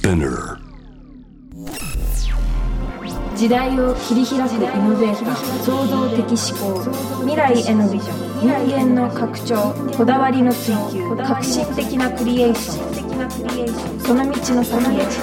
Spinner。 時代を切り開くイノベーター、創造的思考、未来へのビジョン、人間の拡張、こだわりの追求、革新的なクリエーション、その道の先へ Love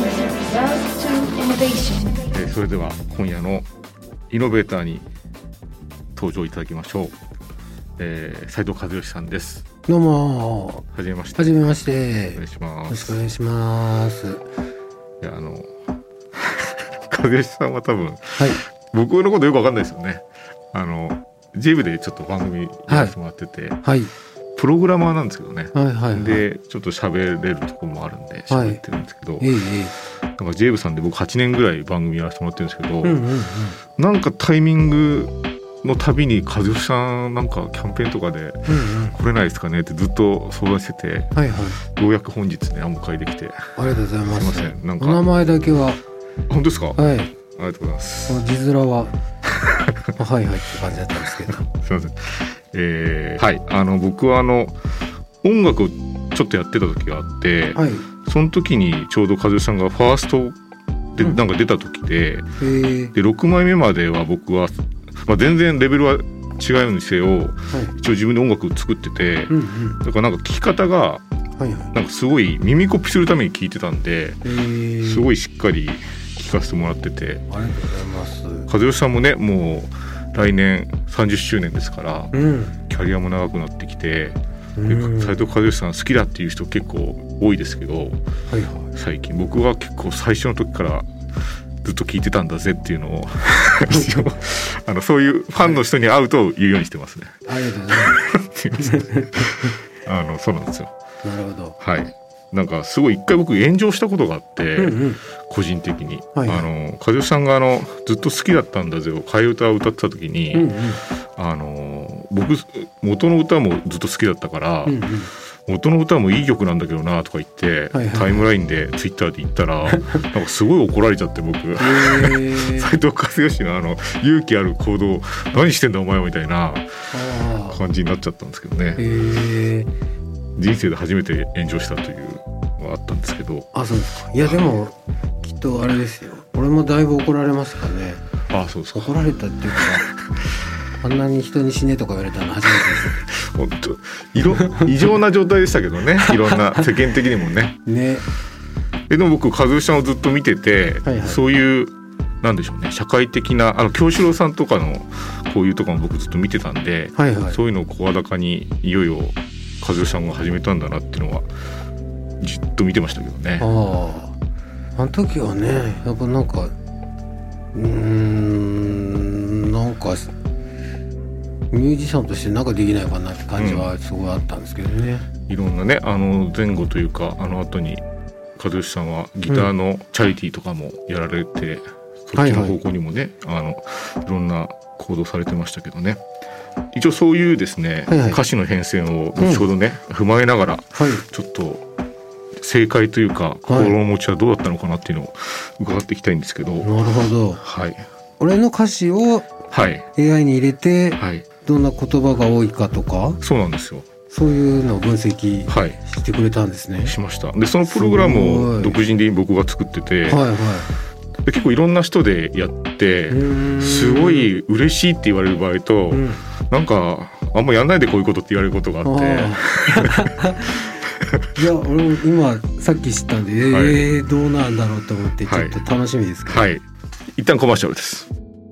to Innovation。 それでは今夜のイノベーターに登場いただきましょう。斉藤和義さんです。 どうも。 はじめまして。 はじめまして。 お願いします。 よろしくお願いします。 いや和義さんは多分、 はい、 僕のことよくわかんないですよね。JB でちょっと番組やらせてもらってて、 はい、 プログラマーなんですけどね、 はいはいはい、でちょっと喋れるところもあるんで喋ってるんですけど、なんか JB さんで僕8年ぐらい番組やらせてもらってるんですけど、なんかタイミングのたびに和義さんなんかキャンペーンとかで来れないですかねってずっと相談してて、 はいはい、 ようやく本日ねお迎えできて、 ありがとうございます。 すいません、なんかお名前だけは。 本当ですか？ はい、 ありがとうございます。 字面ははいはいって感じだったんですけどすいません、はい、僕は音楽をちょっとやってた時があって、はい、その時にちょうど和義さんがファーストでなんか出た時で、で6枚目までは僕は、全然レベルは違うにせよ、はい、一応自分で音楽を作ってて、だからなんか聴き方がなんかすごい耳コピするために聴いてたんで、すごいしっかり聴かせてもらってて、 ありがとうございます。 和義さんもねもう来年30周年ですから、キャリアも長くなってきて、斉藤和義さん好きだっていう人結構多いですけど、はいはい、最近僕は結構最初の時からずっと聞いてたんだぜっていうのをそういうファンの人に会うと言うようにしてますね。 ありがとうございます。そうなんですよ。 なるほど。 はい。なんかすごい一回僕炎上したことがあって、個人的に、はいはい、和義さんがずっと好きだったんだぜを替え歌を歌ってた時に、僕元の歌もずっと好きだったから、元の歌もいい曲なんだけどなとか言って、タイムラインでツイッターで言ったらなんかすごい怒られちゃって、僕斉藤和義の勇気ある行動何してんだお前みたいな感じになっちゃったんですけどね。人生で初めて炎上したというのがあったんですけど。 あ、そうですか。いやでもきっとあれですよ、俺もだいぶ怒られましたからね。 あ、そうですか。 怒られたっていうかあんなに人に死ねとか言われたの初めてです。 本当異常な状態でしたけどねいろんな世間的にもね。 ね。 でも僕和義さんをずっと見てて、はいはい、そういうなんでしょうね、社会的な京志郎さんとかのこういうとかも僕ずっと見てたんで、はいはい、そういうのを声高にいよいよ和義さんが始めたんだなっていうのはじっと見てましたけどね。 あの時はね、やっぱなんかなんかミュージシャンとしてなんかできないかなって感じはすごいあったんですけどね。 いろんなね前後というか後に和義さんはギターのチャリティーとかもやられて、そっちの方向にもね、いろんな行動されてましたけどね。一応そういうですね、歌詞の変遷を後ほどね、踏まえながら、ちょっと正解というか心の持ちはどうだったのかなっていうのを伺っていきたいんですけど。 なるほど、 はい、 俺の歌詞を AI に入れて、どんな言葉が多いかとか。そうなんですよ。 そういうのを分析してくれたんですね。 しました。でそのプログラムを独自に僕が作ってて、で結構いろんな人でやってすごい嬉しいって言われる場合と、なんかあんまやんないでこういうことって言われることがあっていや俺も今さっき知ったんで、どうなんだろうと思ってちょっと楽しみですけど、 一旦コマーシャルです。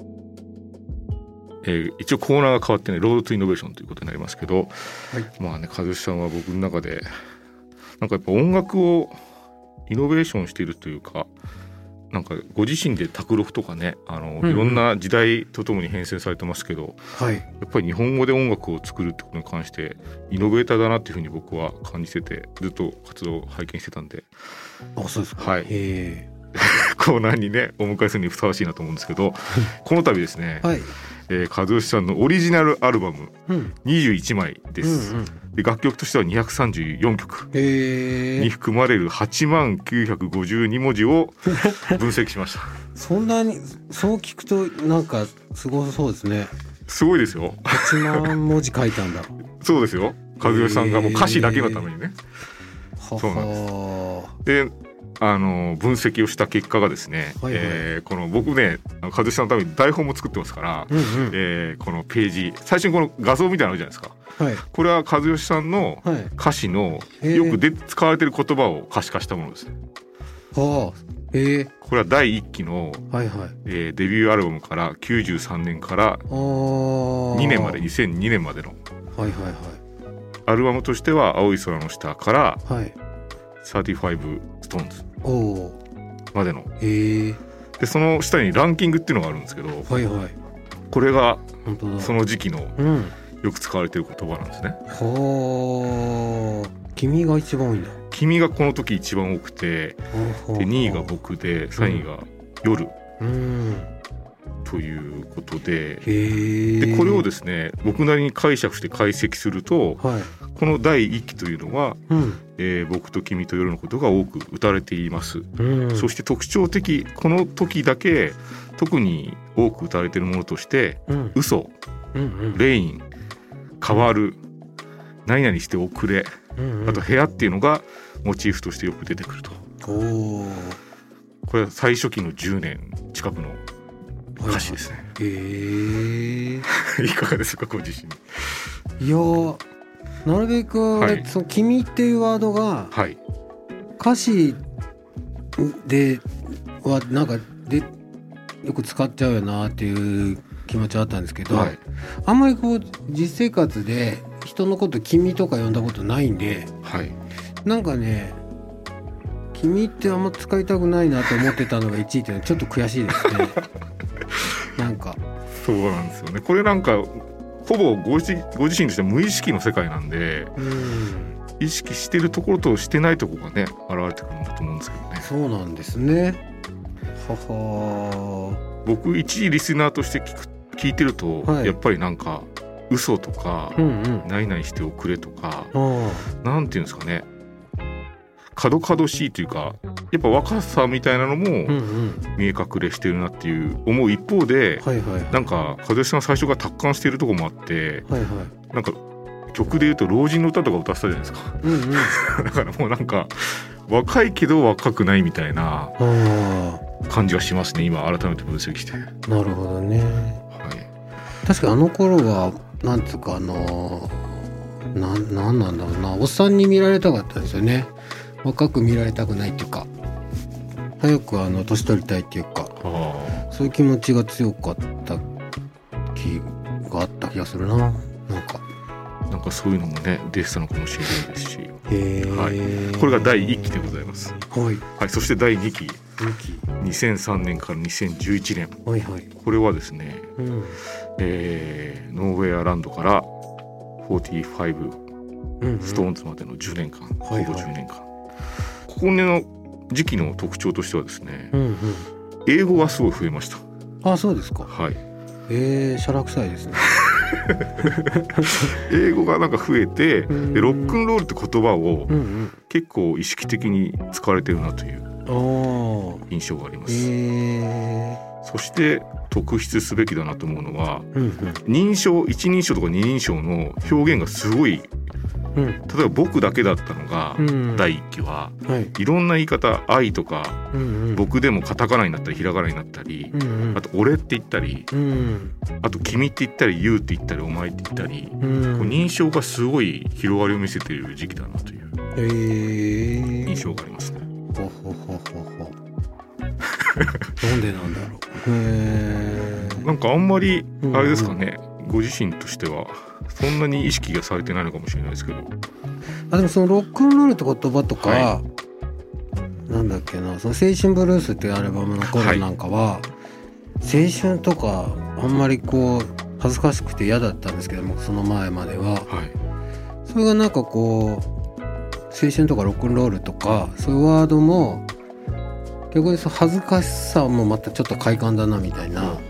一応コーナーが変わってね、ロードトゥイノベーションということになりますけど、まあね、和義さんは僕の中でなんかやっぱ音楽をイノベーションしているというか、なんかご自身で卓録とかね、いろんな時代とともに変遷されてますけど、やっぱり日本語で音楽を作るってことに関してイノベーターだなっていうふうに僕は感じてて、ずっと活動を拝見してたんで。 あ、そうですか。 コーナーにねお迎えするにふさわしいなと思うんですけどこの度ですね、和義さんのオリジナルアルバム、21枚です、で楽曲としては234曲に含まれる8952文字を分析しましたそんなにそう聞くとなんかすごそうですね。 すごいですよ。 8万文字書いたんだそうですよ。和義さんがもう歌詞だけのためにね、そうなんです。で分析をした結果がですね、はいはい、この僕ね和義さんのために台本も作ってますから、このページ最初にこの画像みたいなのあるじゃないですか、はい、これは和義さんの歌詞のよく使われている言葉を可視化したものですね。 これは第1期の、はいはい、デビューアルバムから93年から2年まで2002年までの、はいはいはい、アルバムとしては青い空の下から、はい、35 SixTONES までの、でその下にランキングっていうのがあるんですけど、はいはい、これがその時期のよく使われている言葉なんですね。 君が一番多いんだ。 君がこの時一番多くて、で2位が僕で3位が夜、ということで、でこれをですね僕なりに解釈して解析すると、はい、この第1期というのは、僕と君と夜のことが多く歌われています、そして特徴的この時だけ特に多く歌われているものとして、嘘、レイン、変わる、何々して遅れ、あと部屋っていうのがモチーフとしてよく出てくると。これは最初期の10年近くの歌詞ですね。いかがですかご自身。 いやなるべく、はい、その君っていうワードが、はい、歌詞ではなんかでよく使っちゃうよなっていう気持ちはあったんですけど、はい、あんまりこう実生活で人のこと君とか呼んだことないんで、はい、なんかね君ってあんま使いたくないなと思ってたのが1位ってちょっと悔しいですね。なんかそうなんですよね。これなんかほぼご自身としては無意識の世界なんで、意識してるところとしてないところがね現れてくるんだと思うんですけどね。 そうなんですね。はは。 僕一時リスナーとして聞いてると、はい、やっぱりなんか嘘とか、何々して遅れとか、なんていうんですかね、角々しいというかやっぱ若さみたいなのも見え隠れしてるなっていう思う一方で、なんか和義さんが最初から達観しているところもあって、なんか曲でいうと老人の歌とか歌ってたじゃないですか、だからもうなんか若いけど若くないみたいな感じがしますね今改めて分析して。 なるほどね、はい、確かあの頃はなんつうかなんなんだろうな、おっさんに見られたかったんですよね。若く見られたくないっていうか早く年取りたいっていうか、そういう気持ちが強かった気があった気がするな。 なんかそういうのもね出てたのかもしれないですし、はい、これが第1期でございます、はいはい、そして第2期2003年から2011年、はいはい、これはですね、ノーウェアランドから45 SixTONES までの10年間、ほぼ10年間、ここの時期の特徴としてはですね、英語がすごい増えました。 あ、そうですか。はい。シャラ臭いですね。 英語がなんか増えて、でロックンロールって言葉を結構意識的に使われてるなという印象があります。そして特筆すべきだなと思うのは、認証一人称とか二人称の表現がすごい、例えば僕だけだったのが、第一期は、いろんな言い方、愛とか、僕でもカタカナになったりひらがなになったり、あと俺って言ったり、あと君って言ったりユーって言ったりお前って言ったり、こう認証がすごい広がりを見せている時期だなという印象がありますね。 なんでなんだろう。なんかあんまりあれですかね、ご自身としてはそんなに意識がされてないのかもしれないですけど、 でもそのロックンロールって言葉とか、なんだっけな、その青春ブルースっていうアルバムの頃なんかは、青春とかあんまりこう恥ずかしくて嫌だったんですけども、その前までは、それがなんかこう青春とかロックンロールとかそういうワードも逆にその恥ずかしさもまたちょっと快感だなみたいな、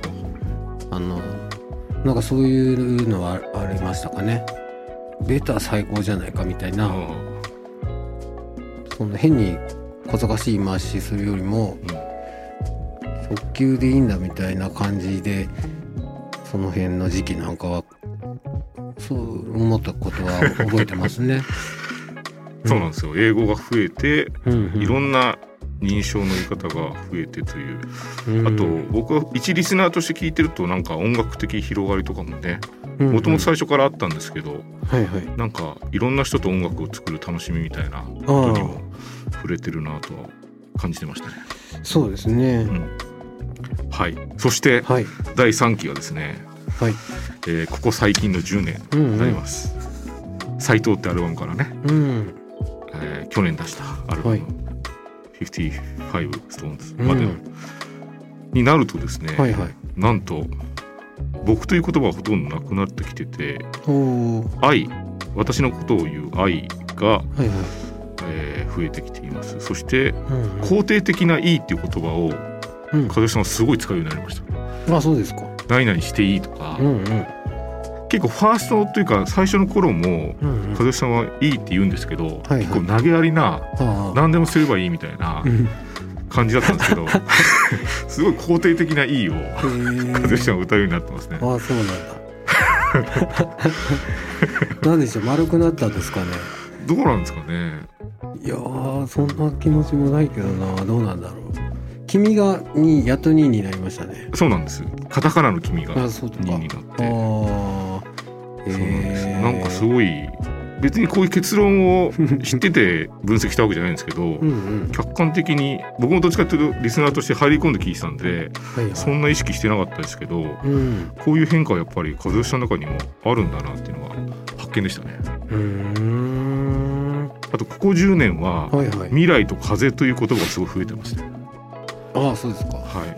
なんかそういうのはありましたかね。ベター最高じゃないかみたいな、その変に小賢しい言い回しするよりも、速球でいいんだみたいな感じで、その辺の時期なんかはそう思ったことは覚えてますね。 そうなんですよ。英語が増えて、いろんな認証の言い方が増えてという、あと僕は一リスナーとして聞いてるとなんか音楽的広がりとかもね、もともと最初からあったんですけど、なんかいろんな人と音楽を作る楽しみみたいなことにも触れてるなとは感じてましたね。 そうですね、 はい。そして、第3期はですね、ここ最近の10年になります。斎藤ってアルバムからね、去年出したアルバム、55 Stones までの、になるとですね、なんと僕という言葉はほとんどなくなってきてて、愛、私のことを言う愛が、増えてきています。そして、肯定的ないいっていう言葉を和義さんはすごい使うようになりました。 あ、そうですか。 何々していいとか、結構ファーストというか最初の頃も和義さんはいいって言うんですけど、結構投げやりな、何でもすればいいみたいな感じだったんですけどすごい肯定的ないいを和義さんは歌うようになってますね。 ああ、そうなんだなんでしょう、丸くなったんですかね。 どうなんですかね。 いやー、そんな気持ちもないけどな。どうなんだろう。君が2、やっと2になりましたね。 そうなんです。カタカナの君が2になって。そうなんです。なんかすごい別にこういう結論を知ってて分析したわけじゃないんですけど客観的に僕もどっちかというとリスナーとして入り込んで聞いてたんで、そんな意識してなかったですけど、こういう変化はやっぱり和義さんの中にもあるんだなっていうのが発見でしたね。あとここ10年は、未来と風という言葉がすごい増えてますね。 ああ、そうですか。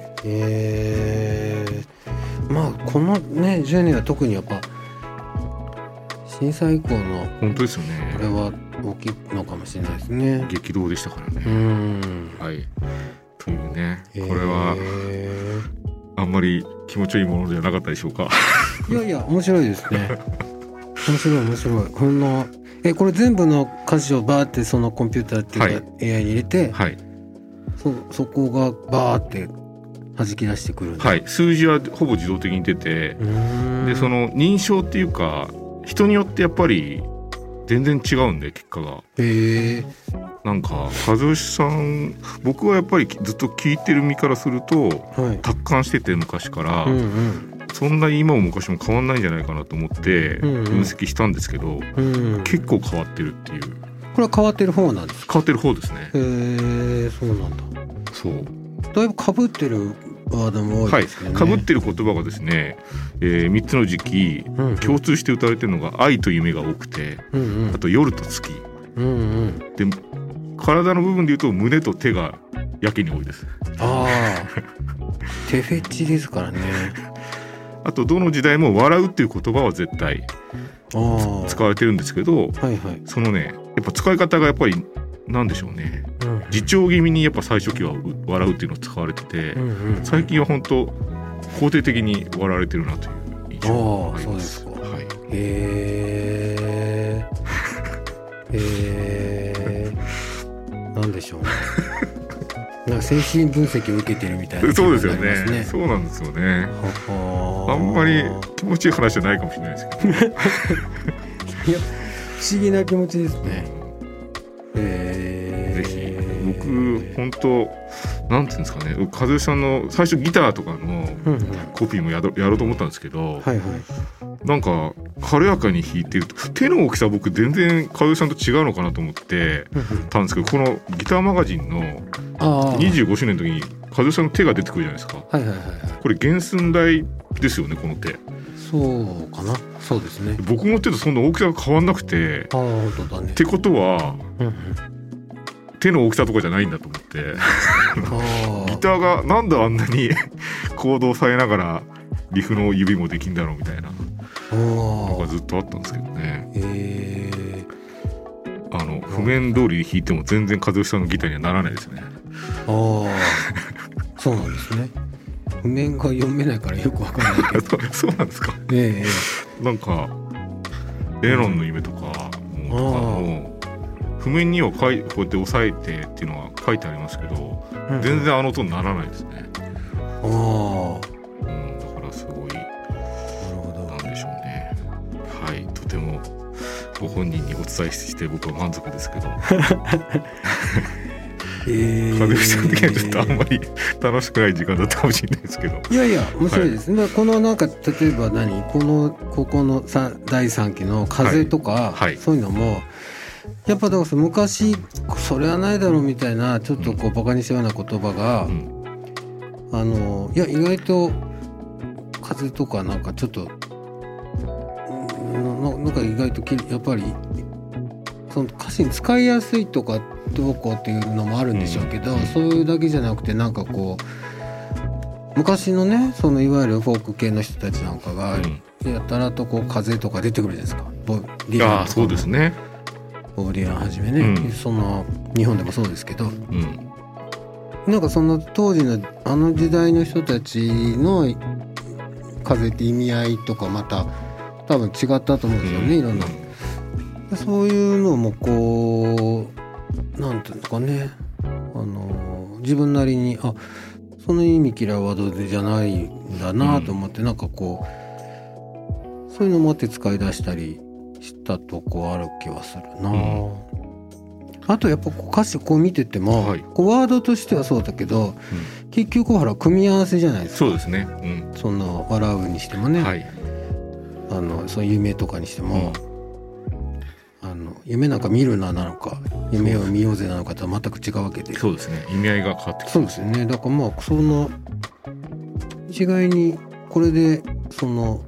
まあこのね10年は特にやっぱ震災以降の本当ですよね。 これは大きいのかもしれないですね。 激動でしたからね。というね、これはあんまり気持ちいいものじゃなかったでしょうか。 いやいや、面白いですね。面白い。こんなこれ全部の歌詞をバーってそのコンピューターっていうか AI に入れて、そこがバーって弾き出してくる。 数字はほぼ自動的に出て、でその認証っていうか人によってやっぱり全然違うんで結果が。なんか和義さん、僕はやっぱりずっと聞いてる身からすると、達観してて昔から、そんなに今も昔も変わんないんじゃないかなと思って分析したんですけど、結構変わってるっていう。 これは変わってる方なんですか。 変わってる方ですね。 そうなんだ。 そう。 だいぶ被ってるワードも多いですね。 被ってる言葉がですね、3つの時期、共通して歌われてるのが愛と夢が多くて、あと夜と月、で体の部分でいうと胸と手がやけに多いです。 手フェチですからね。 あとどの時代も笑うっていう言葉は絶対使われてるんですけど、そのねやっぱ使い方がやっぱりなんでしょうね、自重気味にやっぱ最初期は笑うっていうのを使われてて、最近は本当肯定的に笑われてるなという印象があります。 なんでしょうね。なんか精神分析を受けてるみたいな、 そうですよね。そうなんですよね。あんまり気持ちいい話じゃないかもしれないですけどいや不思議な気持ちですね。 ぜひ僕本当なんていうんですかね、和義さんの最初ギターとかのコピーもやろうと思ったんですけど、なんか軽やかに弾いてると手の大きさ僕全然和義さんと違うのかなと思ってたんですけど、このギターマガジンの25周年の時に和義さんの手が出てくるじゃないですか。これ原寸大ですよね、この手。 そうかな。そうですね。 僕の手とそんな大きさが変わんなくて、 本当だね。 ってことは、手の大きさとかじゃないんだと思ってギターがなんであんなに行動されながらリフの指もできんだろうみたいなのがずっとあったんですけどね。譜面通りで弾いても全然和義さんのギターにはならないですね。 そうなんですね。譜面が読めないからよくわからないけどそうなんですか。なんかエロンの夢とかも譜面にはこうやって押さえてっていうのは書いてありますけど、全然あの音にならないですね。だからすごいなんでしょうね。とてもご本人にお伝えして僕は満足ですけど和義さん的にはちょっとあんまり楽しくない時間だったかもしれないですけど、 いやいや面白いですね、はい、このなんか例えばここの第3期の風とか、はいはい、そういうのもやっぱだから昔それはないだろうみたいなちょっとこうバカにしたような言葉が、いや意外と風とかなんかちょっとなんか意外とやっぱりその歌詞に使いやすいとかどうこうっていうのもあるんでしょうけど、そういうだけじゃなくてなんかこう昔のねそのいわゆるフォーク系の人たちなんかがやたらとこう風とか出てくるじゃないですか。ボブ・ディランそうですね。 ボブ・ディランはじめね、その日本でもそうですけど、なんかその当時のあの時代の人たちの風って意味合いとかまた多分違ったと思うんですよね、いろんな。そういうのもこうなんていうのかね、自分なりにその意味嫌いワードじゃないんだなと思って、なんかこうそういうのもあって使い出したりしたとこある気はするな、あとやっぱこう歌詞こう見てても、はい、こうワードとしてはそうだけど、結局ほら組み合わせじゃないですか。 そうですね、 その笑うにしてもね、はい、その夢とかにしても、夢なんか見るななのか夢を見ようぜなのかとは全く違うわけで、 そうですね、意味合いが変わってきます。 そうですよね。だからまあその一概にこれでその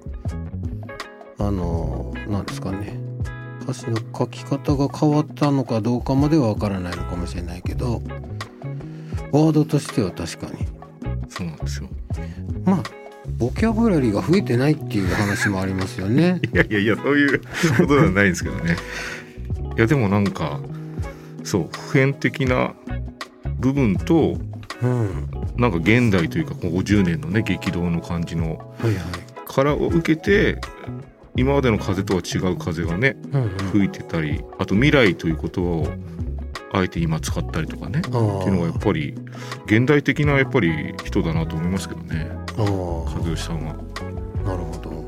なんですかね、歌詞の書き方が変わったのかどうかまでは分からないのかもしれないけど、ワードとしては確かにそうなんですよ。 まあボキャブラリーが増えてないっていう話もありますよね。 いやそういうことではないんですけどね。いやでもなんかそう普遍的な部分と、なんか現代というか50年のね激動の感じのからを受けて、今までの風とは違う風がね、吹いてたり、あと未来という言葉をあえて今使ったりとかねっていうのがやっぱり現代的なやっぱり人だなと思いますけどね、和義さんは。 なるほど、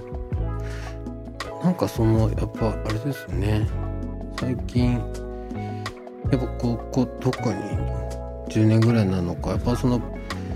なんかそのやっぱあれですね、最近やっぱここ特に10年ぐらいなのか、やっぱその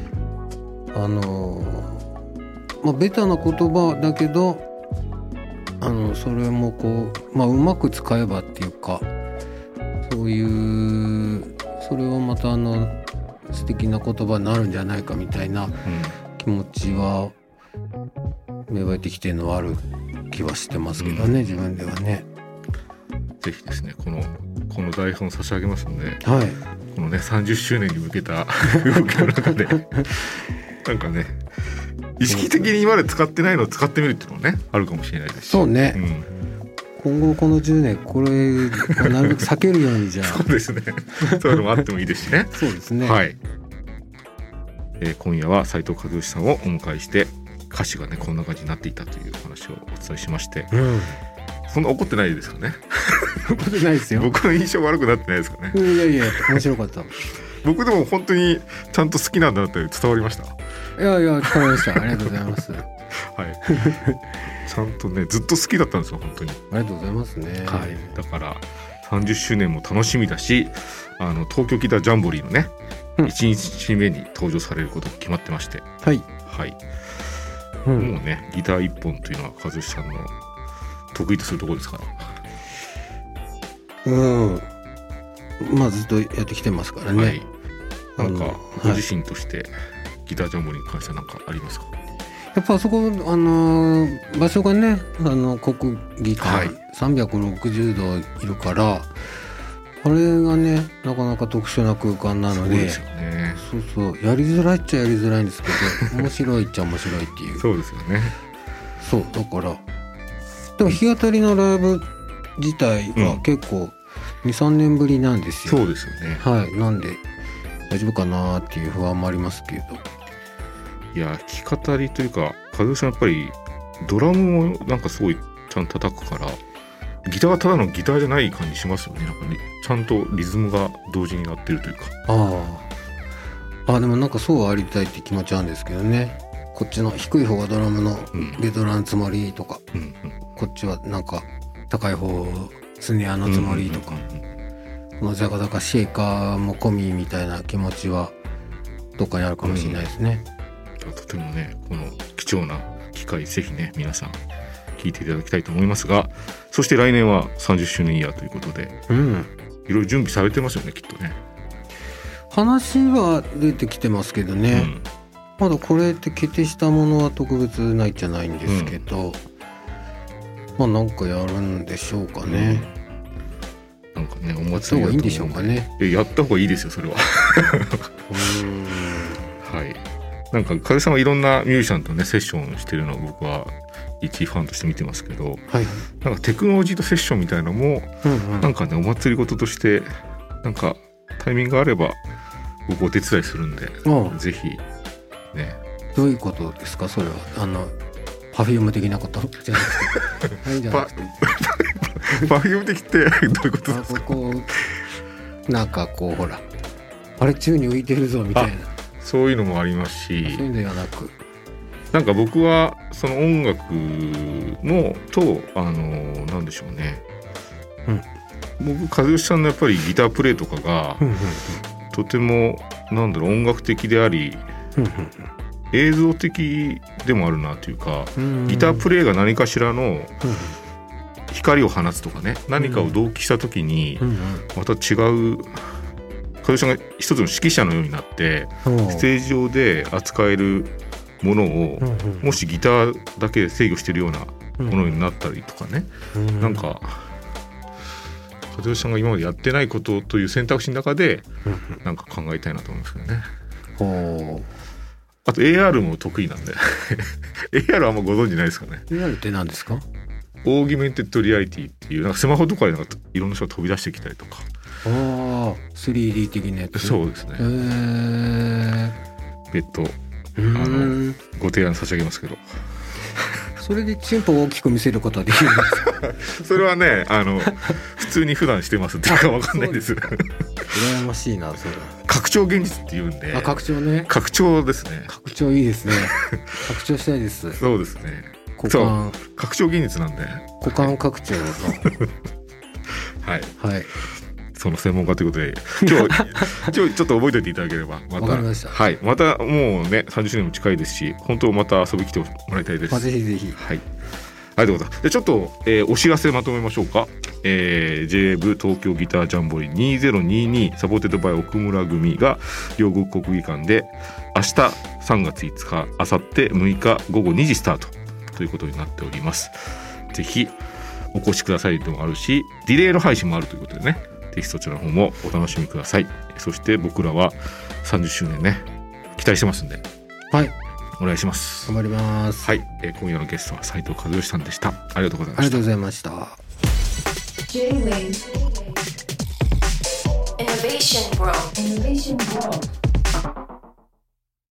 ベタな言葉だけどそれもこううまく使えばっていうか、そういうそれはまた素敵な言葉になるんじゃないかみたいな気持ちは芽生えてきてるのはある気はしてますけどね、自分ではね。 ぜひですねこの台本差し上げますので、 はい、 このね30周年に向けた動きの中でなんかね意識的に今まで使ってないのを使ってみるっていうのもねあるかもしれないですし。 そうね、今後この10年これをなるべく避けるようにじゃあそうですね、そういうのもあってもいいですしね。 そうですね、 はい。今夜は斉藤和義さんをお迎えして歌詞がねこんな感じになっていたという話をお伝えしまして、そんな怒ってないですかね。 怒ってないですよ。 僕の印象悪くなってないですかね。 いや面白かった。 僕でも本当にちゃんと好きなんだなって伝わりました。 いや伝わりました。ありがとうございます。はい。 ちゃんとねずっと好きだったんですよ本当に。 ありがとうございますね。 はい。だから30周年も楽しみだし、東京ギタージャンボリーのね、1日目に登場されることが決まってまして、 はいはい。もうねギター1本というのは和義さんの得意とするところですから。 まあずっとやってきてますからね。はい。 なんかご自身としてギタージャンボリーに関しては何かありますか？ やっぱそこ場所がね国技館、360度いるからあれがねなかなか特殊な空間なので、そうですよね。そうやりづらいっちゃやりづらいんですけど面白いっちゃ面白いっていうそうですよね。 そうだからでも日当たりのライブ自体は結構 2,3 年ぶりなんですよ。 そうですよね。 はい。なんで大丈夫かなっていう不安もありますけど。 いや弾き語りというか和義さんやっぱりドラムもなんかすごいちゃんと叩くからギターがただのギターじゃない感じしますよね。なんかねちゃんとリズムが同時になってるというか。でもなんかそうありたいって気持ちなんですけどね。こっちの低い方がドラムのベトナムつもりとか、こっちはなんか高い方スネアのつもりとか、 このザカザカシェイカーも込みみたいな気持ちはどっかにあるかもしれないですね、 とてもねこの貴重な機会ぜひね皆さん聞いていただきたいと思いますが、そして来年は30周年イヤーということで、いろいろ準備されてますよねきっとね。 話は出てきてますけどね、まだこれって決定したものは特別ないじゃないんですけど、まあなんかやるんでしょうかね、 なんかねお祭りやった方がいいんでしょうかね。 やった方がいいですよそれははい、なんか風さんはいろんなミュージシャンとねセッションしてるのを僕は一ファンとして見てますけど、なんかテクノロジーとセッションみたいなのも、なんかねお祭りごととしてなんかタイミングがあれば僕お手伝いするんで、ぜひね。 どういうことですかそれは。パフューム的なことじゃなくていいんじゃないですか。 パフューム的ってどういうことですか。 なんかこうほらあれ宙に浮いてるぞみたいな、 そういうのもありますし、 そういうのではなく、 なんか僕はその音楽のとなんでしょうね、僕和義さんのやっぱりギタープレイとかが、とてもなんだろう音楽的であり、映像的でもあるなというか、ギタープレイが何かしらの光を放つとかね、何かを同期した時にまた違う和義さんが一つの指揮者のようになってステージ上で扱えるものをもしギターだけで制御しているようなものになったりとかね、なんか和義さんが今までやってないことという選択肢の中でなんか考えたいなと思いますけどね。あと AR も得意なんでAR はあんまご存知ないですかね。 AR って何ですか。 オーギュメンテッドリアリティっていうなんかスマホとかでなんかいろんな人が飛び出してきたりとか、 3D 的なやつ。 そうですね、別途ご提案差し上げますけどそれでチンポを大きく見せることはできるんですか。 それはね普通に普段してますっていうか分かんないです羨ましいなそれ。 拡張現実っていうんで。 拡張ね。 拡張ですね。 拡張いいですね拡張したいです。 そうですね。 そう拡張現実なんで股間拡張のはい、 はい、 その専門家ということで今日ちょっと覚えておいていただければまた。 わかりました。 はい、またもうね30周年も近いですし本当また遊び来てもらいたいです。 ぜひぜひ。 はい、ありがとうございます。でちょっと、お知らせまとめましょうか。JAV 東京ギタージャンボリー2022サポーテッドバイ奥村組が両国国技館で明日3月5日明後日6日午後2時スタートということになっております。ぜひお越しくださいというのもあるしディレイの配信もあるということでね、ぜひそちらの方もお楽しみください。そして僕らは30周年ね期待してますんで、 はい、 お願いします。 頑張ります。 はい、今夜のゲストは斉藤和義さんでした。ありがとうございました。 ありがとうございました。 J-Wave Innovation World